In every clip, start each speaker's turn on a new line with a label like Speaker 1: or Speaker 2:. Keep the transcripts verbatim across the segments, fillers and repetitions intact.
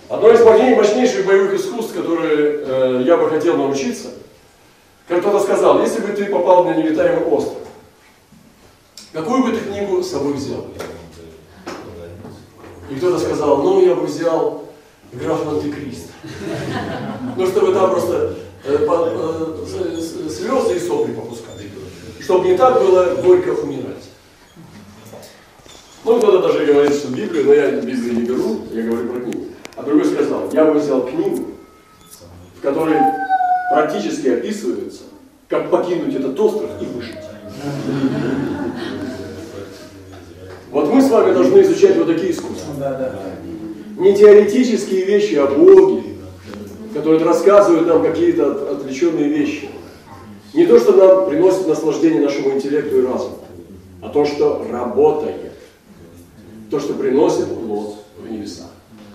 Speaker 1: Одно из мощнейших боевых искусств, которые э, я бы хотел научиться, как кто-то сказал, если бы ты попал на необитаемый остров, какую бы ты книгу с собой взял? И кто-то сказал, ну я бы взял «Граф Монте-Кристо». Ну, чтобы там просто э, по, э, слезы и сопли попускать. Чтобы не так было горько умирать. Ну, кто-то даже говорит, что Библия, но я Библию не беру, я говорю про книгу. А другой сказал, я бы взял книгу, в которой практически описывается, как покинуть этот остров и выжить. Вот мы с вами должны изучать вот такие искусства. Не теоретические вещи о Боге, которые рассказывают нам какие-то отвлеченные вещи. Не то, что нам приносит наслаждение нашему интеллекту и разуму, а то, что работает. То, что приносит плод в небесах.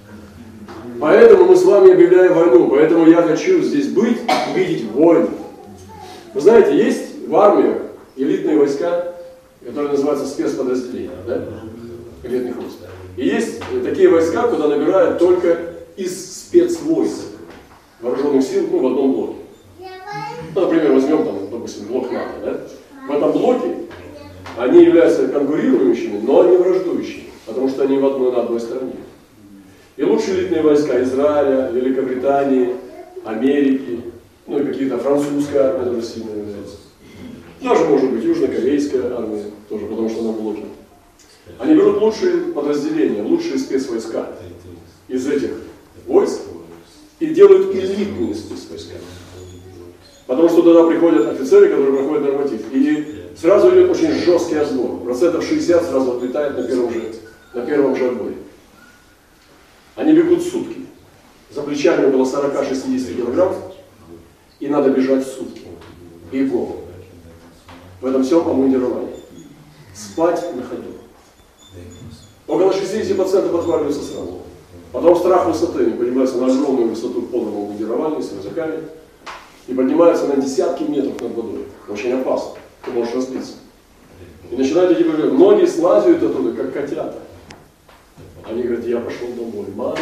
Speaker 1: Поэтому мы с вами объявляем войну. Поэтому я хочу здесь быть, видеть войну. Вы знаете, есть в армиях элитные войска, которые называются спецподразделения, да? Элитных войск. И есть такие войска, куда набирают только из спецвойск вооруженных сил, ну, в одном блоке. Ну, например, возьмем там, допустим, блок НАТО, да? В этом блоке они являются конкурирующими, но они враждующими, потому что они в одной, на одной стороне. И лучшие элитные войска Израиля, Великобритании, Америки, ну и какие-то французская армия тоже сильно является. Даже, может быть, южнокорейская армия, тоже, потому что она в блоке. Они берут лучшие подразделения, лучшие спецвойска из этих войск и делают элитные спецвойска. Потому что туда приходят офицеры, которые проходят норматив. И сразу идет очень жесткий отбор. Процентов шестьдесят сразу отлетает на первом же, на первом же отборе. Они бегут сутки. За плечами около сорок-шестьдесят килограмм. И надо бежать сутки. Бегом. В этом всем обмундировании. Спать на ходу. Около шестьдесят процентов отваливаются сразу. Потом страх высоты. Они поднимаются на огромную высоту в полном обмундировании с рюкзаками. И поднимаются на десятки метров над водой. Очень опасно. Ты можешь разбиться. И начинают эти проблемы. Многие слазят оттуда, как котята. Они говорят, я пошел домой. Мама.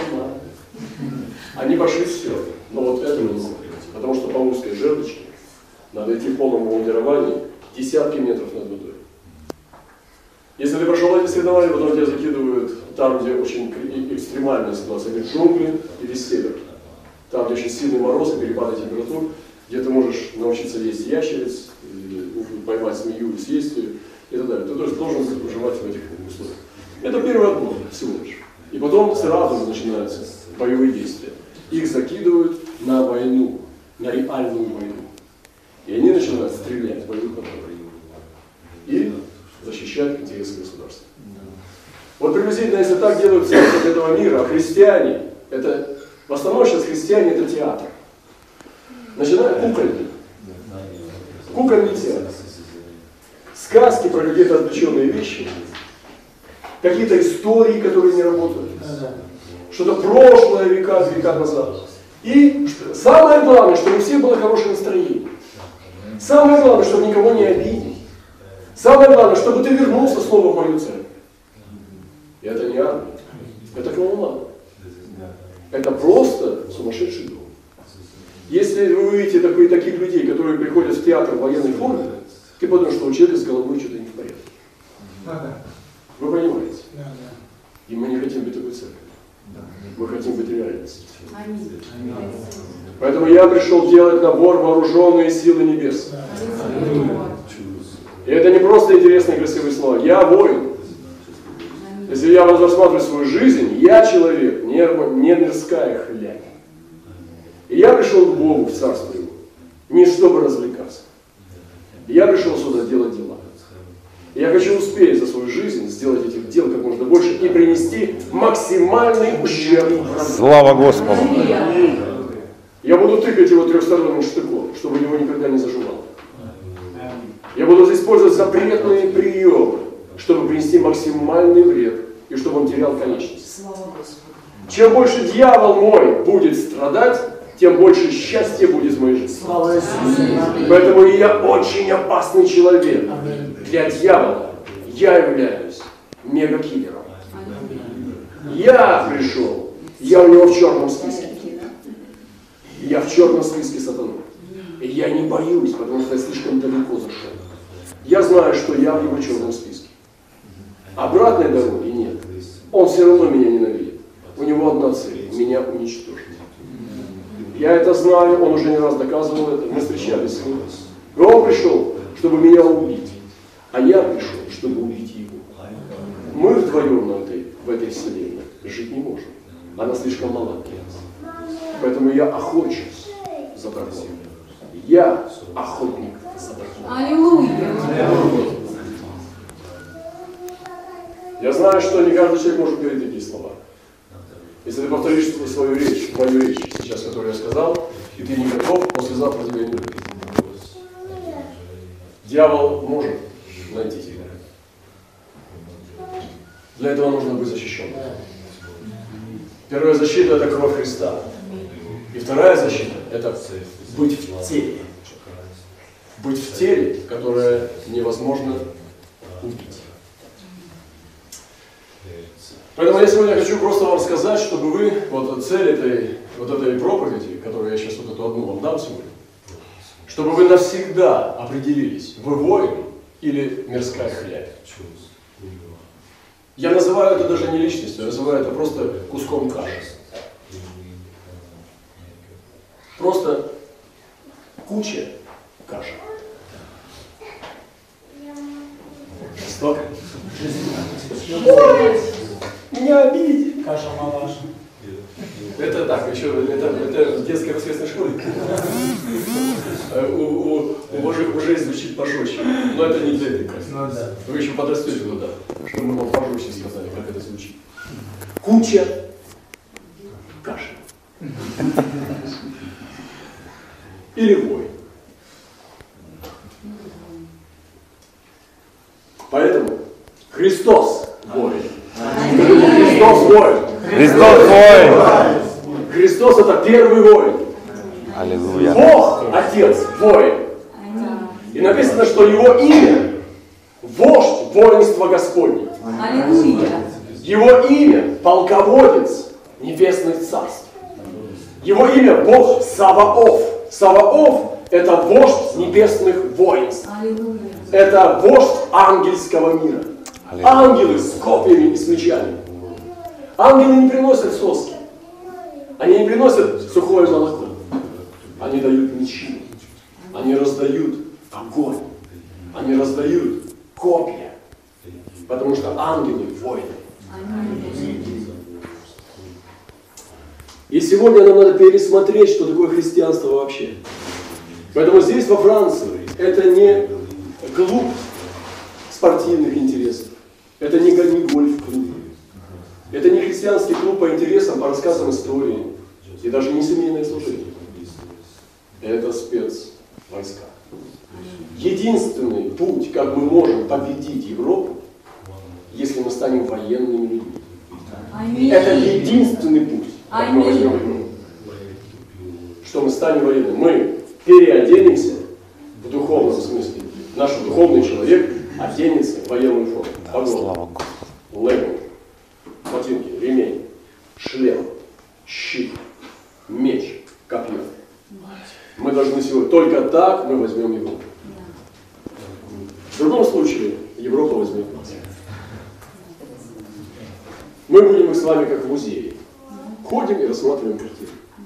Speaker 1: Они пошли все. Но вот этого не могут. Потому что по узкой жердочке надо идти в полном обмундировании десятки метров над водой. Если ты прошел эти соревнования, потом тебя закидывают там, где очень экстремальная ситуация, или джунгли, или север. Там, где очень сильный мороз и перепады температур, где ты можешь научиться есть ящериц, или поймать змею и съесть ее, и так далее. Ты тоже должен выживать в этих условиях. Это первый отбор всего лишь. И потом сразу же начинаются боевые действия. Их закидывают на войну, на реальную войну. И они начинают стрелять в боевых отрядах. И защищать интересы государства. Вот приблизительно, если так делают в церковь этого мира, а христиане, это, в основном сейчас христиане это театр. Начинают кукольный. Кукольный театр. Сказки про какие-то отвлеченные вещи. Какие-то истории, которые не работают. Что-то прошлое века, века назад. И самое главное, чтобы у всех было хорошее настроение. Самое главное, чтобы никого не обидеть. Самое главное, чтобы ты вернулся снова в мою церковь. И это не армия. Это клоунада. Это просто сумасшедший дом. Если вы увидите такие, таких людей, которые приходят в театр в военной форме, ты подумаешь, что у человека с головой что-то не в порядке. Вы понимаете? И мы не хотим быть такой церковью. Мы хотим быть реальностью. Поэтому я пришел делать набор вооруженные силы небес. И это не просто интересные красивые слова. Я воин. Если я рассматриваю свою жизнь, я человек, не, не мирская хлябь. И я пришел к Богу в царство Его, не чтобы развлекаться. Я пришел сюда делать дела. И я хочу успеть за свою жизнь сделать этих дел как можно больше и принести максимальный ущерб.
Speaker 2: Слава Господу!
Speaker 1: Я буду тыкать его трехсторонним штыком, чтобы его никогда не заживало. Я буду использовать запретные приемы, чтобы принести максимальный вред и чтобы он терял конечность. Чем больше дьявол мой будет страдать, тем больше счастья будет в моей жизни. Поэтому я очень опасный человек. Для дьявола я являюсь мегакиллером. Я пришел Я у него в черном списке. Я в черном списке сатаны. И я не боюсь, потому что я слишком далеко зашел. Я знаю, что я в его черном списке. Обратной дороги нет. Он все равно меня ненавидит. У него одна цель – меня уничтожить. Я это знаю, он уже не раз доказывал это, мы встречались с ним. И он пришел, чтобы меня убить. А я пришел, чтобы убить его. Мы вдвоем на этой, в этой вселенной жить не можем. Она слишком мала для нас. Поэтому я охочусь за драконом. Я охотник за драконом.
Speaker 2: Аллилуйя!
Speaker 1: Я знаю, что не каждый человек может говорить такие слова. Если ты повторишь свою речь, мою речь сейчас, которую я сказал, и ты не готов, послезавтра тебя не будет. Дьявол может найти тебя. Для этого нужно быть защищенным. Первая защита – это кровь Христа. И вторая защита – это быть в теле. Быть в теле, которое невозможно убить. Поэтому я сегодня хочу просто вам сказать, чтобы вы, вот цель этой, вот этой проповеди, которую я сейчас вот эту одну вам дам сегодня, чтобы вы навсегда определились, вы воин или мирская хлябь. Я называю это даже не личностью, я называю это просто куском каши. Просто куча каши. Жестоко. Меня обидели.
Speaker 3: Каша малаша.
Speaker 1: Это так, еще это, это в детской воскресной школе. У, у, у Божьих уже звучит пожестче. Но это не для этой кассы.
Speaker 3: Ну, да.
Speaker 1: Вы еще подрастете туда, чтобы мы вам пожестче сказали, как это звучит. Куча каши. Или вой. Поэтому Христос воин. Христос воин.
Speaker 4: Христос воин.
Speaker 1: Христос это первый воин.
Speaker 4: Аллилуйя.
Speaker 1: Бог, Отец, воин. И написано, что его имя вождь воинства Господне.
Speaker 2: Аллилуйя.
Speaker 1: Его имя полководец небесных царств. Его имя Бог Саваоф. Саваоф это вождь небесных воинств.
Speaker 2: Аллилуйя.
Speaker 1: Это вождь ангельского мира. Ангелы с копьями и с мечами. Ангелы не приносят соски. Они не приносят сухое молоко. Они дают мечи. Они раздают огонь. Они раздают копья. Потому что ангелы воины. И сегодня нам надо пересмотреть, что такое христианство вообще. Поэтому здесь, во Франции, это не клуб спортивных интересов. Это не гольф-клуб. Это не христианский клуб по интересам, по рассказам истории. И даже не семейное служение. Это спецвойска. Единственный путь, как мы можем победить Европу, если мы станем военными людьми.
Speaker 2: Аминь.
Speaker 1: Это единственный путь, как мы возьмем Европу. Что мы станем военными. Мы переоденемся в духовном смысле. Наш духовный человек оденется в военную форму. Погоны, леггинг, ботинки, ремень, шлем, щит, меч, копье. Мы должны сегодня, только так мы возьмем Европу. В другом случае Европа возьмет нас. Мы будем с вами как в музее. Ходим и рассматриваем картины.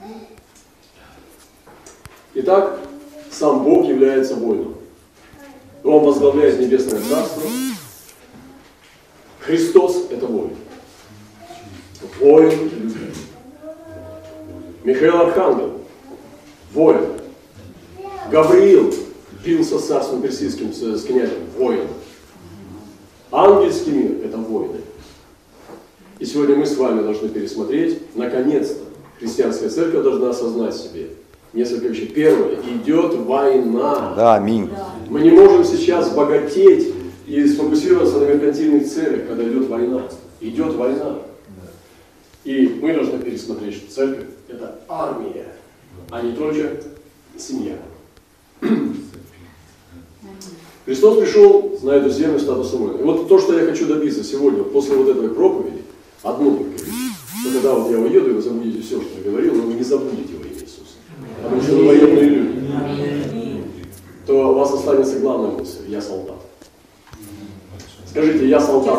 Speaker 1: Итак, сам Бог является воином. Он возглавляет небесное царство. Христос – это воин. Воин любви. Михаил Архангел – воин. Гавриил бился с царством персидским, с князем – воин. Ангельский мир – это воины. И сегодня мы с вами должны пересмотреть, наконец-то, христианская церковь должна осознать себе несколько вещей. Первое, идет война.
Speaker 4: Да, аминь.
Speaker 1: Мы не можем сейчас богатеть и сфокусироваться на меркантильных целях, когда идет война. Идет война. И мы должны пересмотреть, что церковь – это армия, а не только семья. Христос пришел на эту землю статусом воина. И вот то, что я хочу добиться сегодня, после вот этой проповеди, одну только вещь. что когда вот я уеду, и вы забудете все, что я говорил, но вы не забудете во имя Иисуса. Потому что вы военные люди. То у вас останется главная мысль: я солдат. Скажите: я солдат.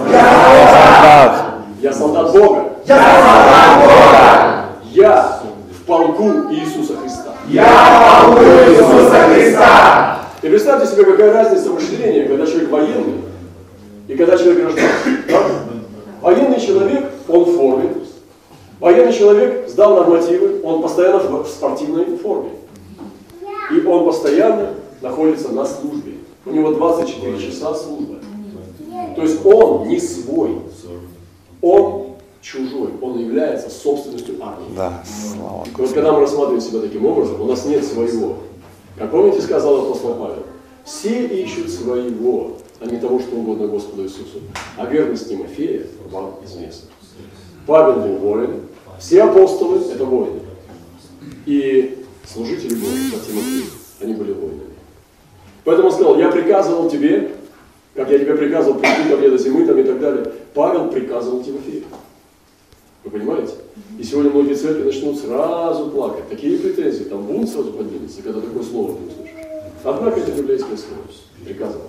Speaker 1: Я солдат Бога. Я солдат Бога. Я в полку Иисуса Христа. Я в полку Иисуса Христа. И представьте себе, какая разница мышления, когда человек военный и когда человек гражданский. Да? Военный человек, он в форме. Военный человек сдал нормативы, он постоянно в спортивной форме. И он постоянно находится на службе. У него двадцать четыре часа службы. То есть он не свой. Он чужой. Он является собственностью армии.
Speaker 4: Да, слава.
Speaker 1: И вот когда мы рассматриваем себя таким образом, у нас нет своего. Как помните, сказал апостол Павел: все ищут своего, а не того, что угодно Господу Иисусу. А верность Тимофея вам известна. Павел был воин, все апостолы – это воины. И служители Бога, как Тимофей, они были воинами. Поэтому он сказал: я приказывал тебе, как я тебе приказывал прийти ко мне до зимы, там и так далее. Павел приказывал Тимофею. Вы понимаете? И сегодня многие церкви начнут сразу плакать. Такие претензии, там бунт сразу поднимется, когда такое слово ты услышишь. Однако это библейское слово. Приказывал.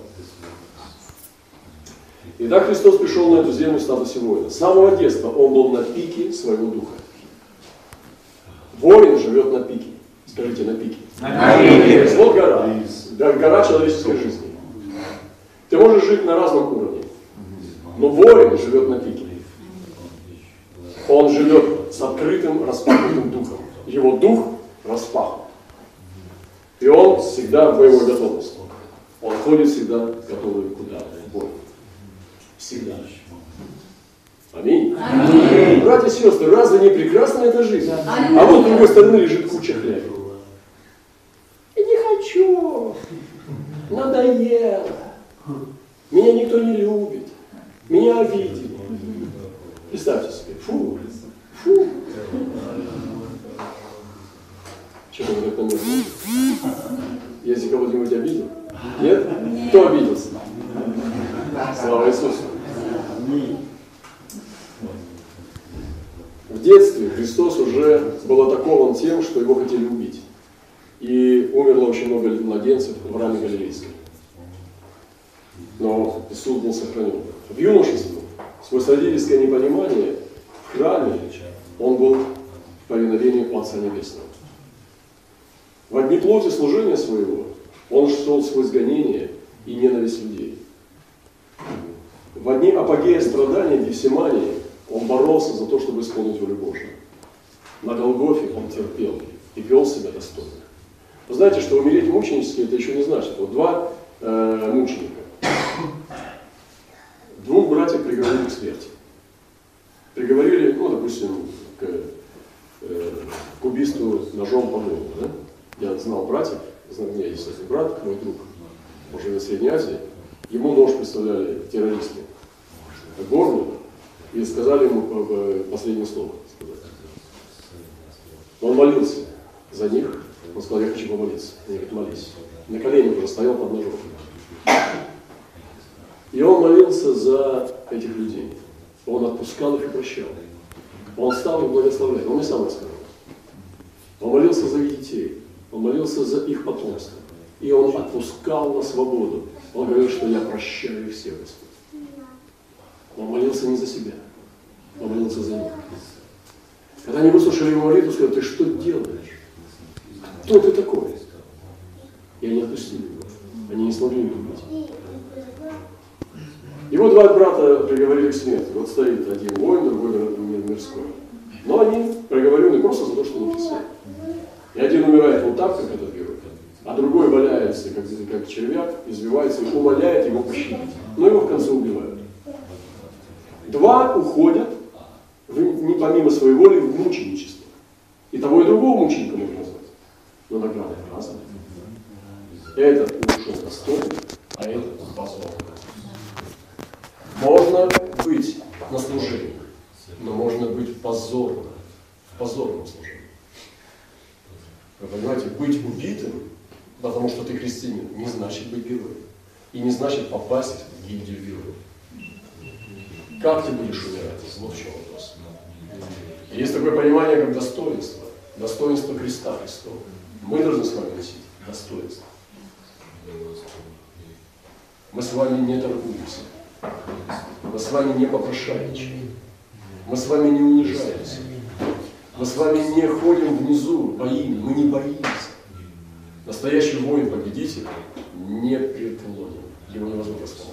Speaker 1: Итак, Христос пришел на эту землю в статусе воина. С самого детства он был на пике своего духа. Воин живет на пике. Скажите: на пике. На пике. Вот гора. Да, гора человеческой жизни. Ты можешь жить на разном уровне. Но воин живет на пике. Он живет с открытым, распахнутым духом. Его дух распахнут. И он всегда в боевой готовности. Он ходит всегда готовый куда? В бой. Всегда. Аминь. Аминь. Братья и сестры, разве не прекрасна эта жизнь? Аминь. А вот с другой стороны лежит куча хляби. Я не хочу. Надоело. Меня никто не любит. Меня обидели. Представьте себе. Фу. Фу. Чего вы так на меня смотрите? Если кого-нибудь обидел? Нет? Кто обиделся? Слава Иисусу. В детстве Христос уже был атакован тем, что его хотели убить. И умерло очень много младенцев в ране Галилейской. Но Иисус был сохранен. В юношестве, сквозь родительское непонимание, в храме он был в повиновении у Отца Небесного. В одни плоти служения своего он шел сквозь гонение и ненависть людей. В одни апогея страдания в Гефсимании он боролся за то, чтобы исполнить волю Божию. На Голгофе он терпел и вел себя достойно. Вы знаете, что умереть мученически, это еще не значит. Вот два э, мученика. Двух братьев приговорили к смерти. Приговорили, ну, допустим, к, э, к убийству ножом по горлу. Да? Я знал братьев, у меня есть один брат, мой друг, он живет в Средней Азии. Ему нож представляли террористы к горлу и сказали ему последнее слово. Он молился за них. Он сказал: я хочу помолиться. Они говорят: молись. На коленях уже стоял под ножом. И он молился за этих людей. Он отпускал их и прощал. Он стал их благословлять. Он мне сам рассказал. Он молился за их детей. Он молился за их потомство. И он отпускал на свободу. Он говорил, что я прощаю их всех, Господь. Он молился не за себя. Он молился за них. Когда они выслушали его молитву, сказали: ты что делаешь? Кто ты такой? И они отпустили его. Они не смогли его убить. Его два брата приговорили к смерти. Вот стоит один воин, другой мирской. Но они приговорены просто за то, что он христиан. И один умирает вот так, как этот герой, а другой валяется, как, как червяк, избивается и умоляет его пощадить. Но его в конце убивают. Два уходят в, не помимо своей воли в мученичество. И того и другого мученика можно назвать. Но награда разная. Этот ушел достойно, а этот позорно. Можно быть на служении, но можно быть позорно, в позорном служении. Вы понимаете, быть убитым, потому что ты христианин, не значит быть героем. И не значит попасть в гильдию героев. Как ты будешь умирать? Вот в чем вопрос. Есть такое понимание, как достоинство. Достоинство креста Христова. Мы должны с вами носить достоинство. Мы с вами не торгуемся. Мы с вами не попрошайничаем. Мы с вами не унижаемся. Мы с вами не ходим внизу боими. Мы не боимся. Настоящий воин-победитель не преклонен. Его невозможно сломать.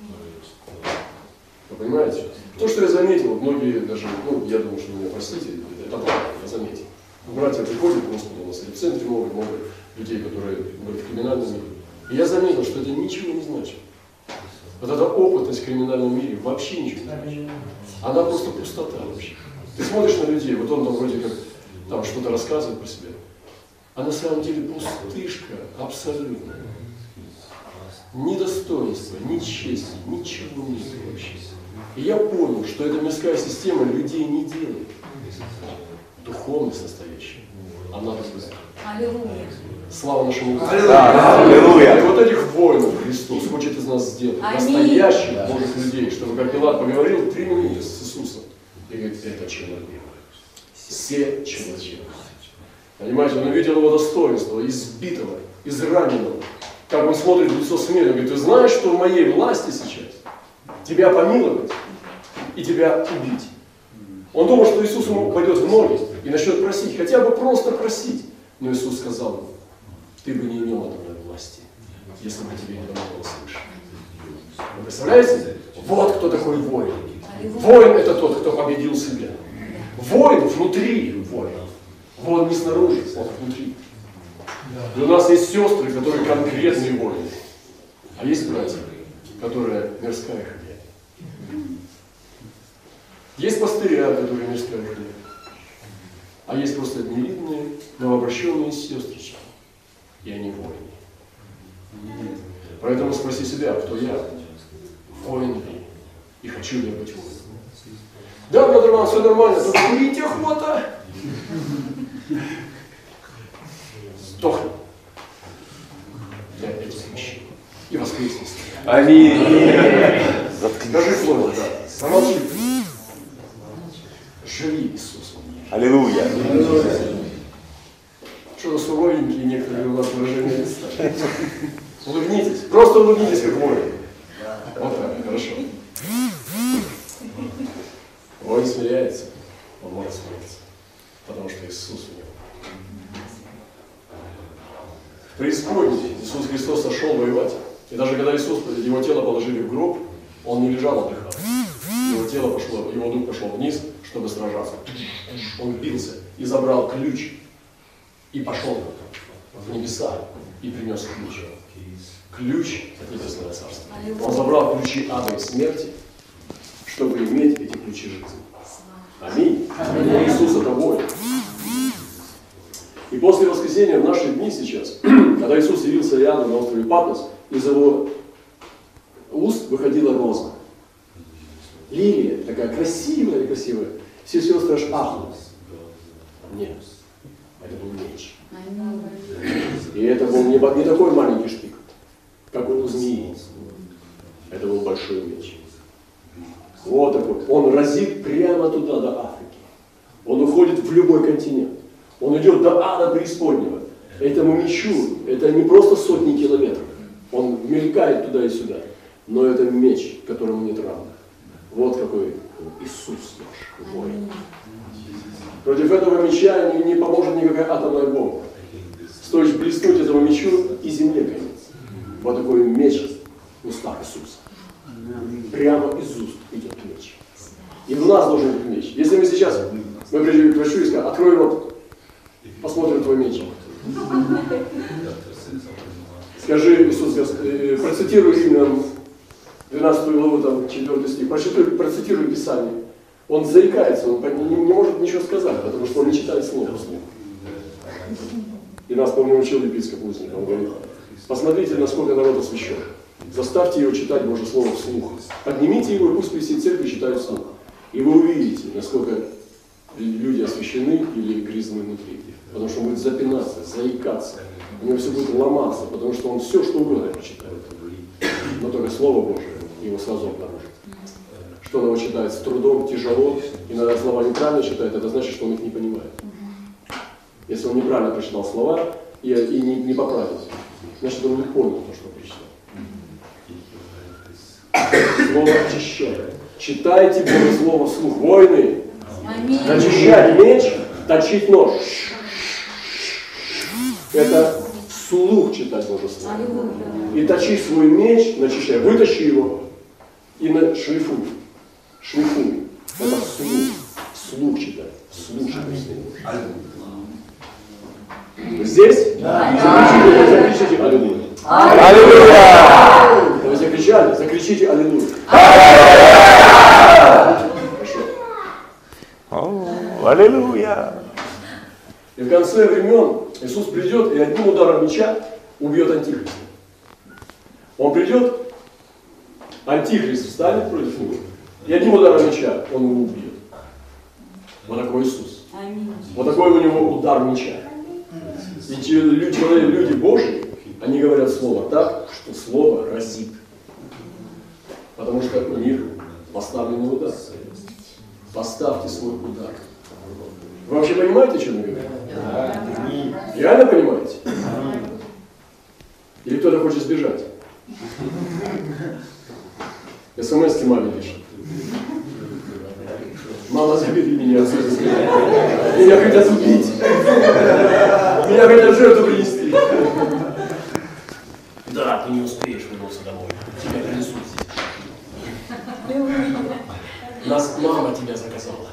Speaker 1: Вы понимаете? То, что я заметил, многие даже, ну, я думаю, что вы меня простите, это правда, я заметил. Братья приходят к Господу, у нас и в центре много, много людей, которые были в криминальном мире. И я заметил, что это ничего не значит. Вот эта опытность в криминальном мире вообще ничего не значит. Она просто пустота вообще. Ты смотришь на людей, вот он там вроде как там что-то рассказывает про себя, а на самом деле пустышка абсолютно. Ни достоинства, ни чести, ничего нет вообще. И я понял, что эта мирская система людей не делает. Духовность настоящая, она другая.
Speaker 2: Аллилуйя.
Speaker 1: Слава нашему Господу.
Speaker 4: Аллилуйя.
Speaker 1: И вот этих воинов Христос хочет из нас сделать.
Speaker 2: Аминь.
Speaker 1: Настоящих Божьих людей, чтобы, как Пилат поговорил, три минуты с Иисусом. И говорит, это человек. Все человек. Понимаете, он увидел его достоинство, избитого, израненного. Как он смотрит в лицо смерти, он говорит, ты знаешь, что в моей власти сейчас тебя помиловать и тебя убить. Он думал, что Иисус ему пойдет в ноги и начнет просить, хотя бы просто просить. Но Иисус сказал ему, ты бы не имел от меня власти, если бы тебе не дано было слышать. Вы представляете? Вот кто такой воин. Воин это тот, кто победил себя. Воин внутри воин. Воин не снаружи, он внутри. И у нас есть сестры, которые конкретные воины. А есть братья, которые мирская хозяйка. Есть пастыря, которые мирская хозяйка. А есть просто невидные, новообращенные сестрички. И они воины. Поэтому спроси себя, кто я? Воин ли? И хочу ли я быть воином? Да, брат Роман, все нормально, только курить охота. Сдохни. Для этих вещей. И воскресность.
Speaker 4: Аминь.
Speaker 1: Скажи слово, да. Помолчи. Живи Иисусом.
Speaker 4: Аллилуйя.
Speaker 1: Что-то суровенькие некоторые у вас выражения лица. Улыбнитесь. Просто улыбнитесь, как воин. Вот так, хорошо. Воин смиряется, он может смириться, потому что Иисус у него. В преисподней Иисус Христос сошел воевать. И даже когда Иисус, его тело положили в гроб, он не лежал отдыхал. Его тело пошло, его дух пошел вниз, чтобы сражаться. Он бился и забрал ключ. И пошел в небеса и принес ключ. Ключ от небесного царства. Он забрал ключи ада и смерти, чтобы иметь эти ключи жизни. Аминь. Аминь. Иисус это воин. И после воскресения в наши дни сейчас, когда Иисус явился Иоанну на острове Патмос, из его уст выходила роза. Лилия, такая красивая, красивая. Все сестры аж ахнули. Нет, это был меч. И это был не, не такой маленький шпик, как у змеи. Это был большой меч. Вот такой. Он разит прямо туда, до Африки. Он уходит в любой континент. Он идет до ада преисподнего. Этому мечу, это не просто сотни километров. Он мелькает туда и сюда. Но это меч, которому нет равных. Вот какой Иисус наш воин. Против этого меча не, не поможет никакая атомная бомба. Стоит блеснуть этому мечу, и земле конец. Вот такой меч в устах Иисуса. Прямо из уст идет меч. И в нас должен быть меч. Если мы сейчас, мы придем к врачу и скажем, открой рот, посмотрим твой меч. Скажи, Иисус, процитируй Римлянам двенадцатую главу, там, четвёртый стих, процитируй, процитируй Писание. Он заикается, он не, не может ничего сказать, потому что он не читает слова вслух. И нас, помню, учил епископ Узник, он говорит, посмотрите, насколько народ освящен. Заставьте его читать Божье Слово вслух. Поднимите его, и пусть все церкви читают вслух. И вы увидите, насколько люди освящены или грязны внутри. Потому что он будет запинаться, заикаться. У него все будет ломаться, потому что он все, что угодно прочитает. Но только Слово Божие его сразу обнаружит. что он его читает с трудом, тяжело, иногда слова неправильно читает, это значит, что он их не понимает. Если он неправильно прочитал слова и, и не, не поправил, значит, он не понял то, что прочитал. Слово очищает. Читайте Божье Слово вслух. Воины, начищать меч, точить нож. Это вслух читать Божье Слово. И точи свой меч, начищай, вытащи его и на шлифуй. Шлифуй. Это вслух. Вслух читать. Вслух читать. Вы здесь? Да. Закричите, закричите аллилуйя.
Speaker 4: Аллилуйя!
Speaker 1: Вы закричали? Закричите аллилуйя.
Speaker 4: Аллилуйя!
Speaker 1: И в конце времен Иисус придет и одним ударом меча убьет Антихриста. Он придет, Антихрист встанет против него, и одним ударом меча он его убьет. Вот такой Иисус. Вот такой у него удар меча. И те люди, люди Божьи, они говорят слово так, что слово разит. Потому что у них поставленный удар. Поставьте свой удар. Вы вообще понимаете, о чем я говорю? Да. Реально понимаете? Или кто-то хочет сбежать? СМС-ки маме пишет. Мама, забери меня отсюда. Меня хотят убить. Меня хотят жертву принести. Да, ты не успеешь вернуться домой. Тебя принесут здесь. Нас мама тебя заказала.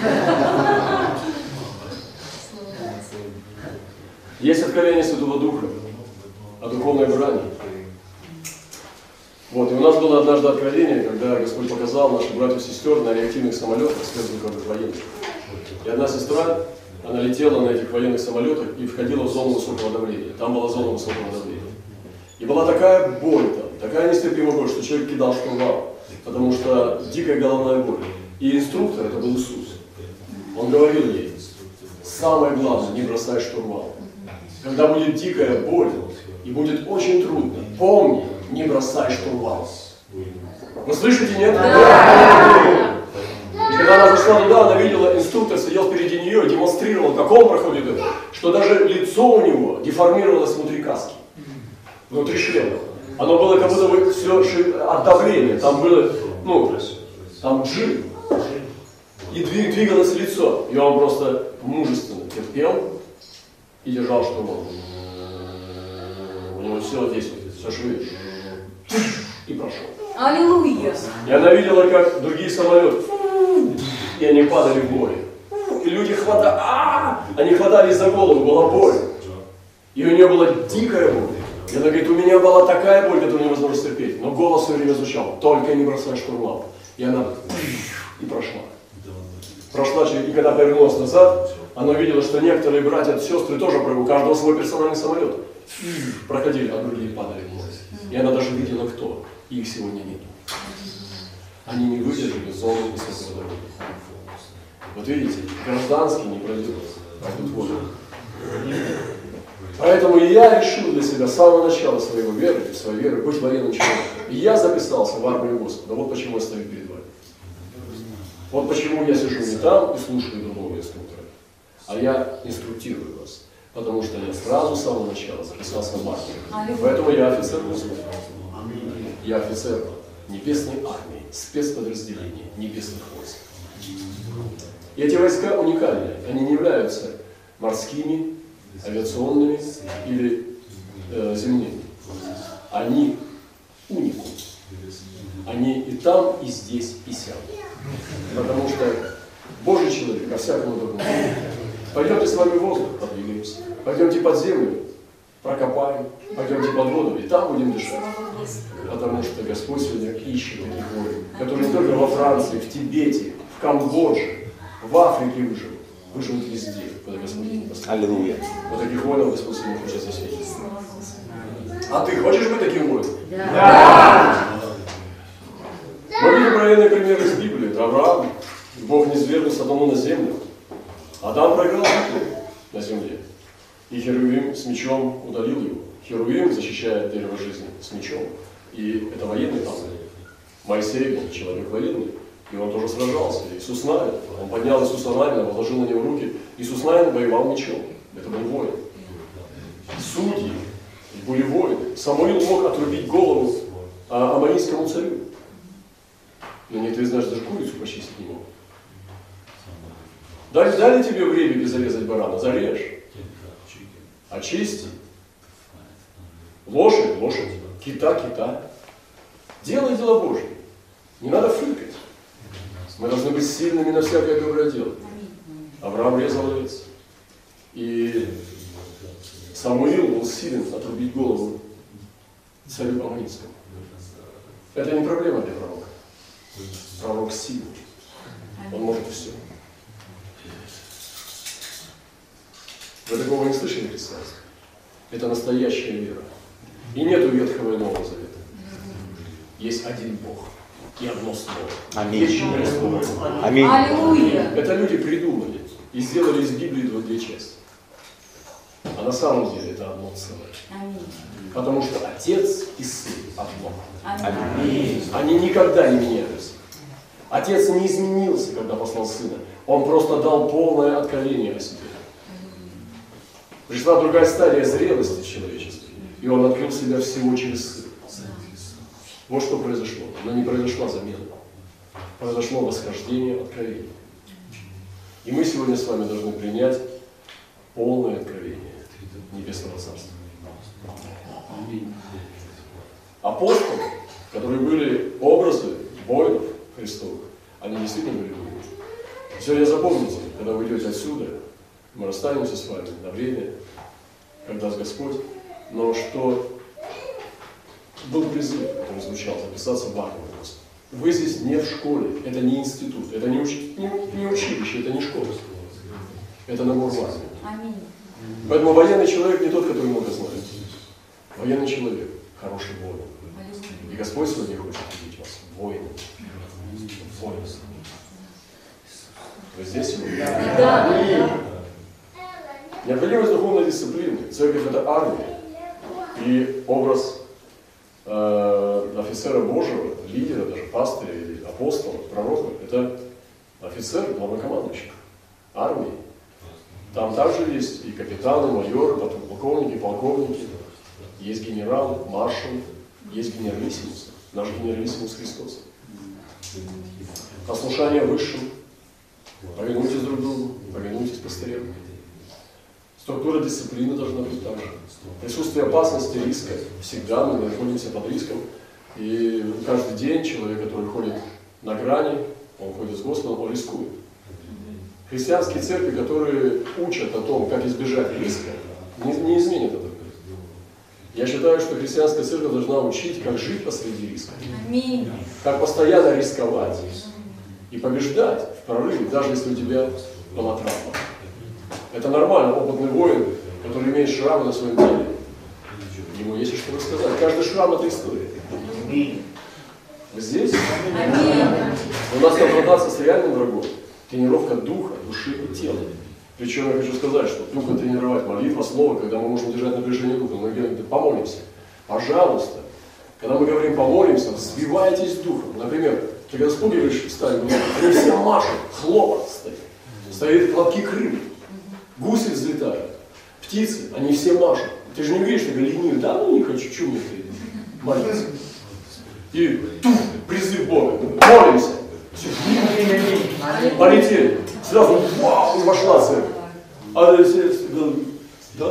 Speaker 1: Есть откровение Святого Духа о духовной брани. Вот, и у нас было однажды откровение, когда Господь показал наших братьев и сестер на реактивных самолетах, спецзвуковых военных. И одна сестра, она летела на этих военных самолетах и входила в зону высокого давления. Там была зона высокого давления. И была такая боль там, такая нестерпимая боль, что человек кидал штурвал, потому что дикая головная боль. И инструктор, это был Иисус, он говорил ей: самое главное, не бросай штурвал. Когда будет дикая боль и будет очень трудно, помни, не бросай штурвал. Вы слышите, нет? Да. И когда она зашла туда, она видела, инструктор сидел впереди нее и демонстрировал, как он проходит это, что даже лицо у него деформировалось внутри каски, внутри шлема. Оно было как будто бы все от давления, там было, ну, там жир. И двигалось лицо, и он просто мужественно терпел и держал штурвал. У него все здесь, все швы. И прошел.
Speaker 2: Аллилуйя!
Speaker 1: И она видела, как другие самолеты, и они падали в море. И люди хватали, а они хватались за голову, была боль. И у нее была дикая боль. И она говорит, у меня была такая боль, которую невозможно терпеть. Но голос все время звучал, только не бросай штурвал. И она и прошла. Прошла, и когда повернулась назад, она увидела, что некоторые братья, сестры тоже, у каждого свой персональный самолет, проходили, а другие падали в море. И она даже видела, кто. И их сегодня нет. Они не выдержали зону высокого давления. Вот видите, гражданский не пройдет, а тут волю. Поэтому и я решил для себя с самого начала своего веры, своей веры, быть военным человеком. И я записался в армию Господа. Вот почему я стою перед вами. Вот почему я сижу не там и слушаю другого инструктора, а я инструктирую вас. Потому что я сразу с самого начала записался в армию. Поэтому я офицер Господа. Я офицер небесной армии, спецподразделения небесных войск. И эти войска уникальны. Они не являются морскими, авиационными или э, земными. Они уникум. Они и там, и здесь, и сям. Потому что Божий человек, ко всякому другому. Пойдемте с вами в воздух, подвигаемся. Пойдемте под землю, прокопаем. Пойдемте под воду, и там будем дышать. Потому что Господь сегодня ищет таких воинов, которые не только во Франции, в Тибете, в Камбодже, в Африке выживут. Выживут везде, куда Господь не поставит.
Speaker 4: Аллилуйя.
Speaker 1: Вот таких воинов Господь сегодня хочет засветить. А ты хочешь быть таким воином?
Speaker 2: Да!
Speaker 1: Мы видим военный пример из Библии. Это Авраам. Бог не свергнул Содому на землю. Адам проиграл на земле. И Херувим с мечом удалил его. Херувим защищает дерево жизни с мечом. И это военный танк. Моисей был человек военный. И он тоже сражался. Иисус Навин, он поднял Иисуса Навина, положил на него руки. Иисус Навин воевал мечом. Это был воин. Судьи были воины. Самуил мог отрубить голову аморийскому царю. Но некоторые, знаешь, даже курицу почистить не могут. Дали, дали тебе в ребике зарезать барана, зарежь. Очисти. Лошадь, лошадь. Кита, кита. Делай дела Божьи. Не надо фыркать. Мы должны быть сильными на всякое доброе дело. Авраам резал овец. И Самуил был силен отрубить голову царю аморийскому. Это не проблема для пророка. Пророк сильный. Он может все. Вы такого не слышали в христианстве? Это настоящая вера. И нету Ветхого и Нового Завета. Есть один Бог и одно слово.
Speaker 4: Аминь.
Speaker 1: Вечное слово.
Speaker 4: Аминь.
Speaker 2: Аллилуйя.
Speaker 1: Это люди придумали и сделали из Библии две части. А на самом деле это одно целое.
Speaker 2: Аминь.
Speaker 1: Потому что Отец и Сын одно.
Speaker 2: Аминь.
Speaker 1: Они никогда не меняются. Отец не изменился, когда послал Сына. Он просто дал полное откровение о себе. Пришла другая стадия зрелости человеческой, и Он открыл себя всего через Сына. Вот что произошло. Но не произошла замена. Произошло восхождение откровения. И мы сегодня с вами должны принять полное откровение Небесного Царства. Апостолы, которые были образы воинов Христовых, они действительно были воины. Сегодня запомните, когда вы идете отсюда, мы расстанемся с вами на время, когда Господь, но что был призыв, который звучал, записаться в армию. Вы здесь не в школе, это не институт, это не, уч... не, не училище, это не школа. Это набор в армию.
Speaker 2: Аминь.
Speaker 1: Поэтому военный человек не тот, который много знает. Военный человек, хороший воин. И Господь сегодня хочет видеть вас воином. Воином. Вы здесь сегодня?
Speaker 2: Да.
Speaker 1: Необходимость духовной дисциплины. Церковь – это армия. И образ э, офицера Божьего, лидера, даже пастыря, или апостола, пророка – это офицер, главнокомандующий армии. Там также есть и капитаны, майоры, полковники, полковники, есть генералы, маршалы, есть генералиссимус, наш генералиссимус Христос. Послушание высшим, повинуйтесь друг другу, повинуйтесь пастырям. Структура дисциплины должна быть так же. Присутствие опасности, риска. Всегда мы находимся под риском. И каждый день человек, который ходит на грани, он ходит с Господом, он рискует. Христианские церкви, которые учат о том, как избежать риска, не, не изменят это. Я считаю, что христианская церковь должна учить, как жить посреди риска.
Speaker 2: Аминь.
Speaker 1: Как постоянно рисковать и побеждать в прорыве, даже если у тебя была травма. Это нормально, опытный воин, который имеет шрамы на своем теле. Ему есть что рассказать. Каждый шрам – это история. Вы здесь?
Speaker 2: Аминь.
Speaker 1: У нас конфронтация с реальным врагом. Тренировка духа, души и тела. Причем я хочу сказать, что духа тренировать, молитва, слово, когда мы можем держать напряжение духа, мы говорим, помолимся. Пожалуйста. Когда мы говорим помолимся, сбивайтесь духом. Например, ты когда спугиваешь в стаю, они все машут, хлопот стоит. Стоят хлопки крылья. Гуси взлетают. Птицы, они все машут. Ты же не видишь, что ленивый, да ну не хочу, что мне ты молиться. И туф, призыв Бога. Молимся. Все, полетели. Сразу, вау, вошла церковь. А все говорят, да,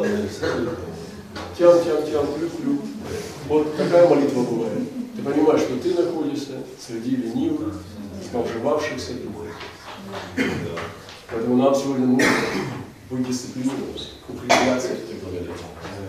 Speaker 1: тям, тям, тям, клюк-клюк. Вот такая молитва бывает. Ты понимаешь, что ты находишься среди ленивых, сковшивавшихся духов. Поэтому нам сегодня нужно быть дисциплинированным, укрепляться этой благодати.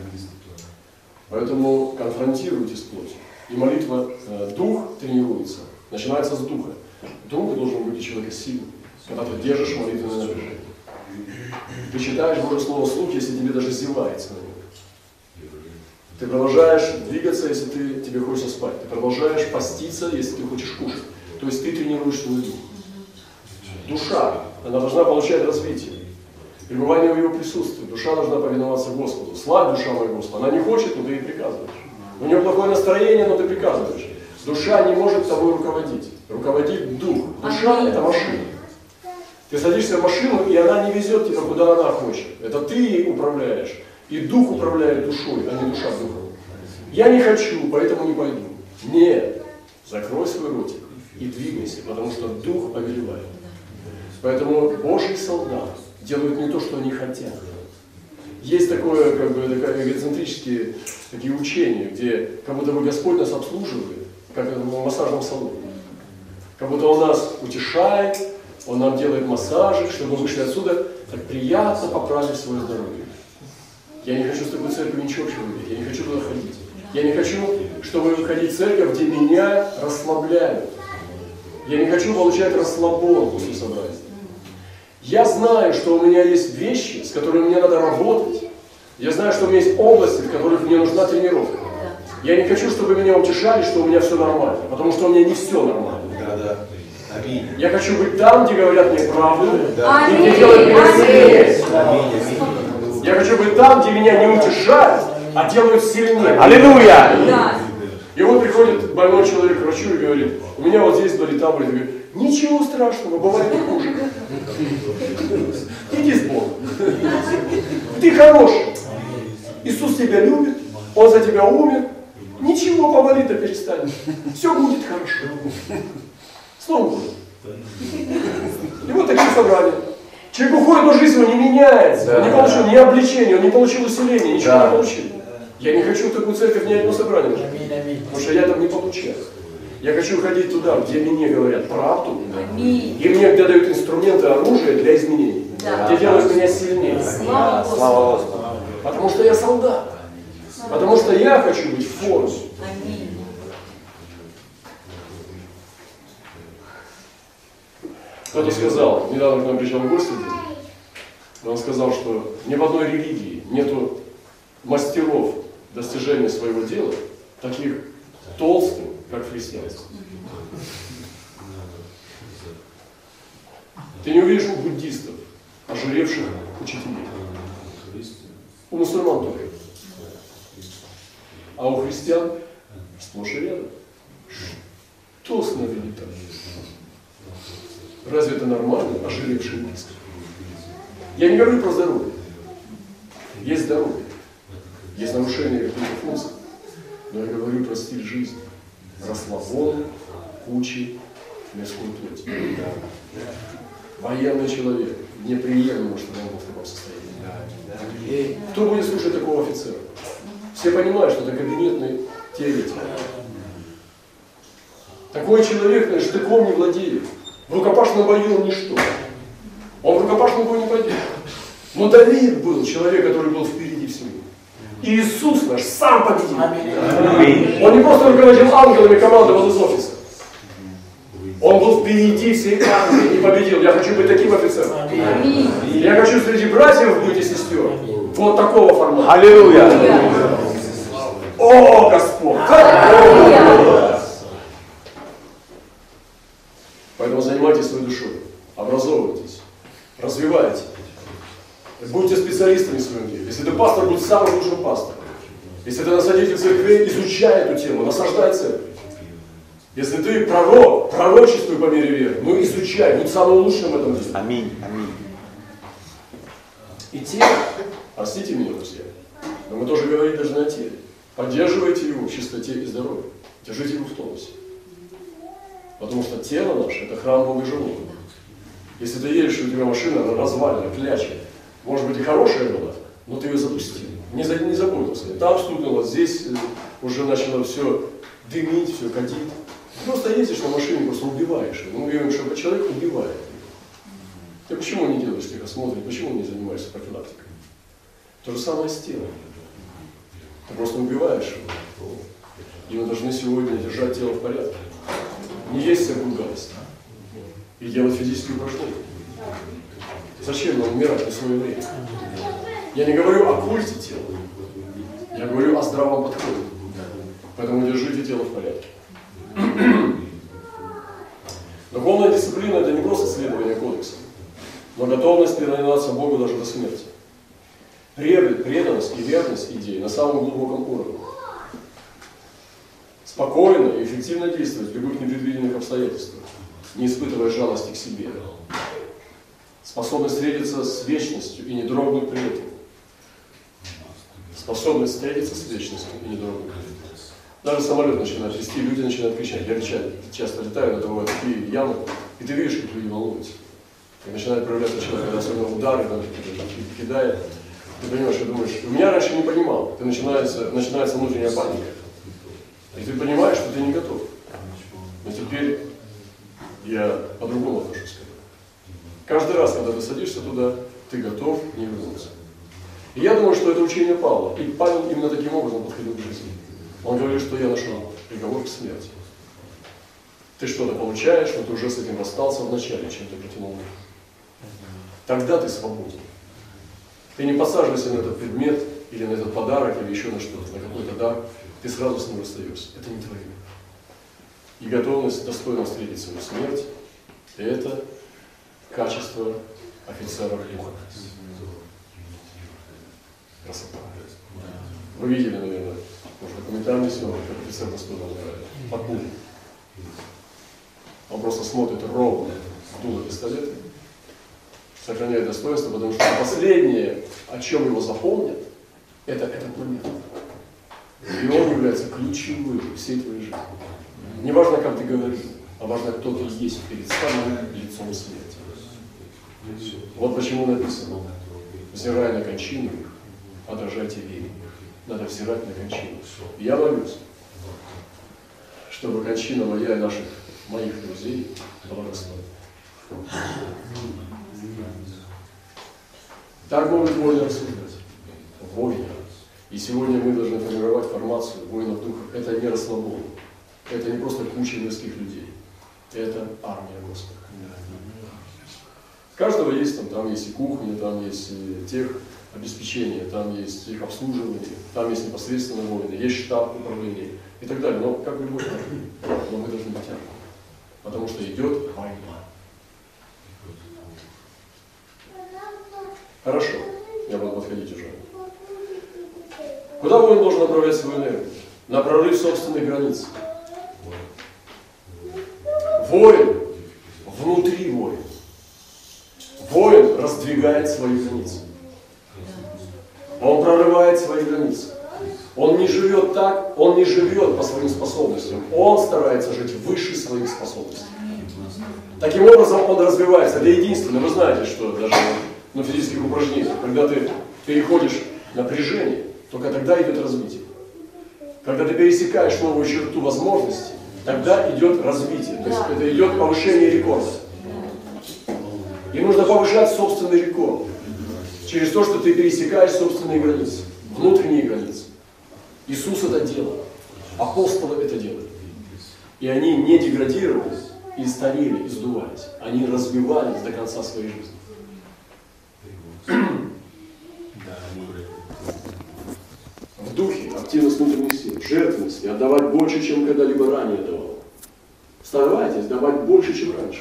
Speaker 1: Поэтому конфронтируйтесь с плотью. И молитва, э, дух тренируется, начинается с духа. Дух должен быть у человека сильным, когда ты держишь молитвенное напряжение. Ты читаешь Божье Слово вслух, если тебе даже зевается на него. Ты продолжаешь двигаться, если ты, тебе хочется спать. Ты продолжаешь поститься, если ты хочешь кушать. То есть ты тренируешь свой дух. Душа, она должна получать развитие. Пребывание в его присутствии. Душа должна повиноваться Господу. Славь, душа моя Господа. Она не хочет, но ты ей приказываешь. У нее плохое настроение, но ты приказываешь. Душа не может тобой руководить. Руководит дух. Душа
Speaker 2: Аминь.
Speaker 1: – это машина. Ты садишься в машину, и она не везет тебя, куда она хочет. Это ты ей управляешь. И дух управляет душой, а не душа духом. Я не хочу, поэтому не пойду. Нет. Закрой свой ротик и двигайся, потому что дух повелевает. Поэтому Божьи солдаты делают не то, что они хотят. Есть такое, как бы, такое эгоцентрические такие учения, где как будто бы Господь нас обслуживает, как в массажном салоне. Как будто Он нас утешает, Он нам делает массажи, чтобы мы вышли отсюда, так приятно поправив свое здоровье. Я не хочу с такой церковью ничего общего иметь, я не хочу туда ходить. Я не хочу, чтобы выходить в церковь, где меня расслабляют. Я не хочу получать расслабон после собрания. Я знаю, что у меня есть вещи, с которыми мне надо работать. Я знаю, что у меня есть области, в которых мне нужна тренировка. Я не хочу, чтобы меня утешали, что у меня все нормально, потому что у меня не все нормально.
Speaker 3: Да, да. Аминь.
Speaker 1: Я хочу быть там, где говорят мне правду,
Speaker 3: Да.
Speaker 1: и где делают меня сильнее.
Speaker 3: Аминь, аминь.
Speaker 1: Я хочу быть там, где меня не утешают, а делают сильнее.
Speaker 4: Аллилуйя!
Speaker 2: Да.
Speaker 1: И вот приходит больной человек к врачу и говорит, у меня вот здесь болит, там болит. Говорит, ничего страшного, бывает и хуже. Иди с Богом. Ты хороший. Иисус тебя любит, Он за тебя умер. Ничего, поболит, а перестанет. Все будет хорошо. Снова будет. И вот такие собрания. Человек уходит, но жизнь его не меняется. Он не получил ни обличения, он не получил усиления, ничего
Speaker 3: Да.
Speaker 1: не получил. Я не хочу в такую церковь ни одно собрание. Потому что я там не получаю. Я хочу ходить туда, где мне говорят правду.
Speaker 2: Аминь.
Speaker 1: И мне где дают инструменты, оружие для изменений.
Speaker 2: Да.
Speaker 1: Где делают меня сильнее.
Speaker 2: Слава Господу.
Speaker 4: Слава Господу!
Speaker 1: Потому что я солдат. Потому что я хочу быть в форме.
Speaker 2: Аминь.
Speaker 1: Кто-то сказал, недавно к нам приезжал гость один, он сказал, что ни в одной религии нету мастеров достижения своего дела, таких толстых, как в христианстве. Ты не увидишь у буддистов, ожиревших учителей. У мусульман только. А у христиан сплошь и рядом. Что с нами не так? Разве это нормально, ожиревший близко? Я не говорю про здоровье. Есть здоровье. Есть нарушение каких-то функций. Но я говорю про стиль жизни. Расслабон, кучи, мирскую плоть. Военный человек. Неприемлемо, чтобы он был в таком состоянии. Кто будет слушать такого офицера? Все понимают, что это кабинетный теоретик. Такой человек, знаешь, штыком не владеет. В рукопашном бою он ничто. Он в рукопашном бою не пойдет. Но Давид был человек, который был впереди всего. И Иисус наш сам победил.
Speaker 4: Аминь.
Speaker 1: Он не просто руководил ангелами, командовал из офиса. Он был впереди всей армии и победил. Я хочу быть таким офицером.
Speaker 2: Аминь.
Speaker 1: Я хочу среди братьев быть и сестер. Вот такого формата.
Speaker 4: Аллилуйя!
Speaker 1: О, Господь!
Speaker 2: Аллилуйя!
Speaker 1: Поэтому занимайтесь своей душой, образовывайтесь, развивайте. Будьте специалистами в своем деле. Если ты пастор, будь самым лучшим пастором. Если ты насадитель церкви, изучай эту тему, насаждай церковь. Если ты пророк, пророчествуй по мере веры, ну изучай, будь самым лучшим в этом деле.
Speaker 4: Аминь. Аминь.
Speaker 1: И тело, простите меня, друзья, но мы тоже говорили должны о теле. Поддерживайте его в чистоте и здоровье. Держите его в тонусе. Потому что тело наше – это храм Бога живого. Если ты едешь, и у тебя машина она развалена, кляча, может быть и хорошая была, но ты ее запустил. Не, за, не заботился. Там стукнуло, здесь уже начало все дымить, все кадить. Ты просто ездишь на машине, просто убиваешь его. Мы говорим, что человек убивает. Ты почему не делаешь техосмотр, почему не занимаешься профилактикой? То же самое с телом. Ты просто убиваешь его. И мы должны сегодня держать тело в порядке. Не есть всякую гадость. И делать физические упражнения. Зачем нам умирать на свое время? Я не говорю о культе тела. Я говорю о здравом подходе. Поэтому держите тело в порядке. Духовная дисциплина – это не просто следование кодекса, но готовность преданаться Богу даже до смерти. Преданность и верность идеи на самом глубоком уровне. Спокойно и эффективно действовать в любых непредвиденных обстоятельствах. не испытывая жалости к себе. Способность встретиться с вечностью и не дрогнуть при этом. Способность встретиться с вечностью и не дрогнуть при этом. Даже самолет начинает вести, люди начинают кричать. Я часто летаю, но бывают такие ямы, и ты видишь, как люди волнуются. И начинает проявляться человек, когда особенно удары, когда кидает. Ты понимаешь, и думаешь, у меня раньше не понимал, ты начинается, начинается внутренняя паника. И ты понимаешь, что ты не готов. Но теперь я по-другому отношусь к этому. Каждый раз, когда ты садишься туда, ты готов не вернуться. И я думаю, что это учение Павла. И Павел именно таким образом подходил к жизни. Он говорит, что я нашел приговор к смерти. Ты что-то получаешь, но ты уже с этим расстался вначале, чем ты протянул мир. Тогда ты свободен. Ты не подсаживайся на этот предмет, или на этот подарок, или еще на что-то, на какой-то дар. Ты сразу с ним расстаешься. Это не твое. И готовность достойно встретить свою смерть – это качество офицеров духа. Красота. Вы видели, наверное, может, документальный съемок, как офицер достойно умирает. Под пулей. Он просто смотрит ровно в дуло пистолета, сохраняет достоинство, потому что последнее, о чем его запомнят, это этот момент. И он является ключевым всей твоей жизни. Не важно, как ты говоришь, а важно, кто ты есть перед самым лицом смерти. Вот почему написано: взирая на кончину, подражайте вере. Надо взирать на кончину. Я молюсь, чтобы кончина моя и наших моих друзей была достойна. Так могут воины рассуждать. Воины. И сегодня мы должны формировать формацию воинов духа. Это не расслабон. Это не просто куча мирских людей. Это армия Господа. У каждого есть там, там есть и кухня, там есть и тех обеспечения, там есть их обслуживание, там есть непосредственно воины, есть штаб управления и так далее. Но как любой армии, но мы должны быть армией. Потому что идет война. Хорошо, я буду подходить уже. Куда воин должен направлять свою энергию? На прорыв собственных границ. Воин внутри воин. Воин раздвигает свои границы. Он прорывает свои границы. Он не живет так, он не живет по своим способностям. Он старается жить выше своих способностей. Таким образом он развивается. Это единственное. Вы знаете, что даже на физических упражнениях, когда ты переходишь напряжение, только тогда идет развитие. Когда ты пересекаешь новую черту возможностей, тогда идет развитие. То есть это идет повышение рекорда. И нужно повышать собственный рекорд через то, что ты пересекаешь собственные границы, внутренние границы. Иисус это делал, апостолы это делали. И они не деградировали, и старели, и сдувались. Они развивались до конца своей жизни. В духе активность внутренних сил, жертвенность, и отдавать больше, чем когда-либо ранее давал. Старайтесь давать больше, чем раньше.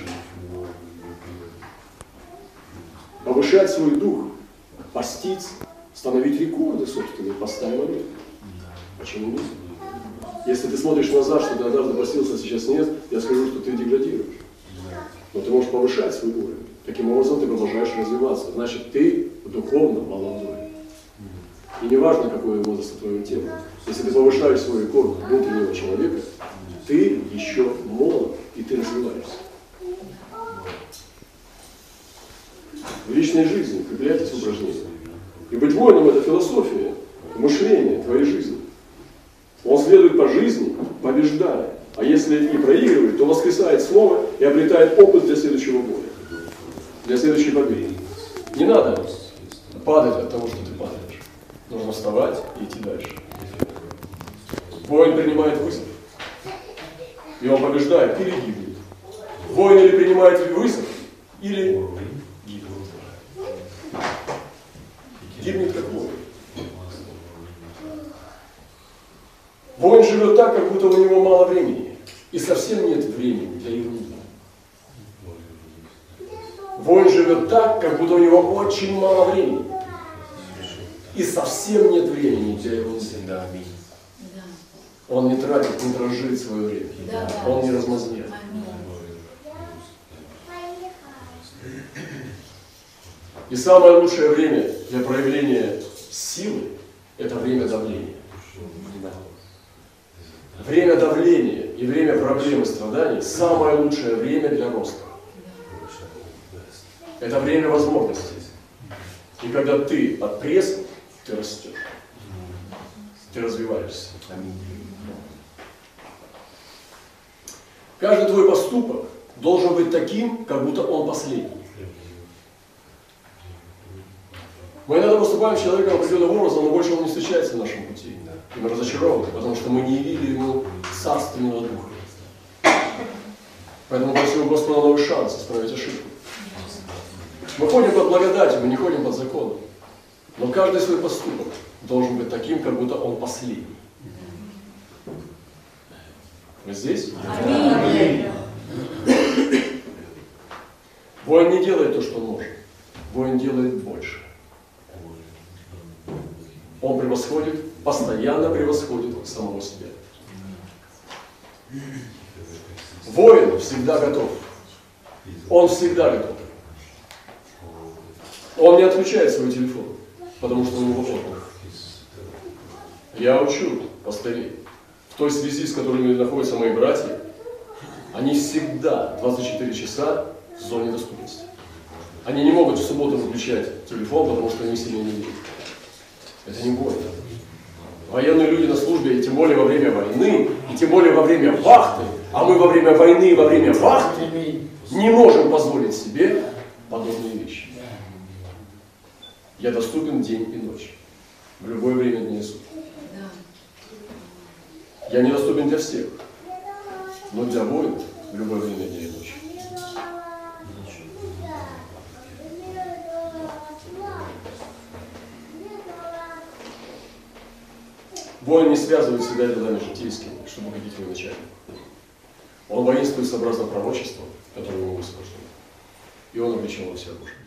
Speaker 1: Повышать свой дух, поститься, становить рекорды собственные, поставить момент. Почему нет? Если ты смотришь назад, что ты однажды постился, а сейчас нет, я скажу, что ты деградируешь. Но ты можешь повышать свой уровень. Таким образом ты продолжаешь развиваться. Значит, ты духовно молодой. И не важно, какой возраст у твоего тела. Если ты повышаешь свой рекорд внутреннего человека, ты еще молод, и ты развиваешься. В личной жизни укрепляйтесь в упражнениях. И быть воином – это философия, мышление твоей жизни. Он следует по жизни, побеждая. А если и проигрывает, то воскресает снова и обретает опыт для следующего боя, для следующей победы. Не надо падать от того, что ты падаешь. Нужно вставать и идти дальше. Воин принимает вызов. И он побеждает или гибнет. Воин или принимает вызов, или гибнет. Гибнет как воин. Воин живет так, как будто у него мало времени. И совсем нет времени для ерунды. Воин живет так, как будто у него очень мало времени. И совсем нет времени для ерунды. Он не тратит, не дрожит свое время. Он не размазняет. И самое лучшее время для проявления силы – это время давления. Время давления и время проблем и страданий – самое лучшее время для роста. Это время возможностей. И когда ты от пресса, ты растешь. Ты развиваешься. Каждый твой поступок должен быть таким, как будто он последний. Мы иногда поступаем с человеком определенным образом, но больше он не встречается в нашем пути. И мы разочарованы, потому что мы не явили ему царственного духа. Поэтому просим у Господа новый шанс исправить ошибку. Мы ходим под благодатью, мы не ходим под законом. Но каждый свой поступок должен быть таким, как будто он последний. Вы здесь?
Speaker 2: Аминь.
Speaker 1: Воин не делает то, что он может. Воин делает больше. Он превосходит, постоянно превосходит самого себя. Воин всегда готов. Он всегда готов. Он не отключает свой телефон, потому что у него отдых. Я учу пастырей. В той связи, с которыми находятся мои братья, они всегда двадцать четыре часа в зоне доступности. Они не могут в субботу выключать телефон, потому что они сильно не видят. Это не воин. Военные люди на службе, и тем более во время войны, и тем более во время вахты, а мы во время войны и во время вахты не можем позволить себе подобные вещи. Я доступен день и ночь, в любое время дня и суток. Я недоступен для всех, но для воинов в любое время дня и ночи. Воин не связывает себя делами житейскими, чтобы угодить военачальнику. Он воинствует сообразно пророчеству, которое ему высвобождено. И он облечен во всеоружие.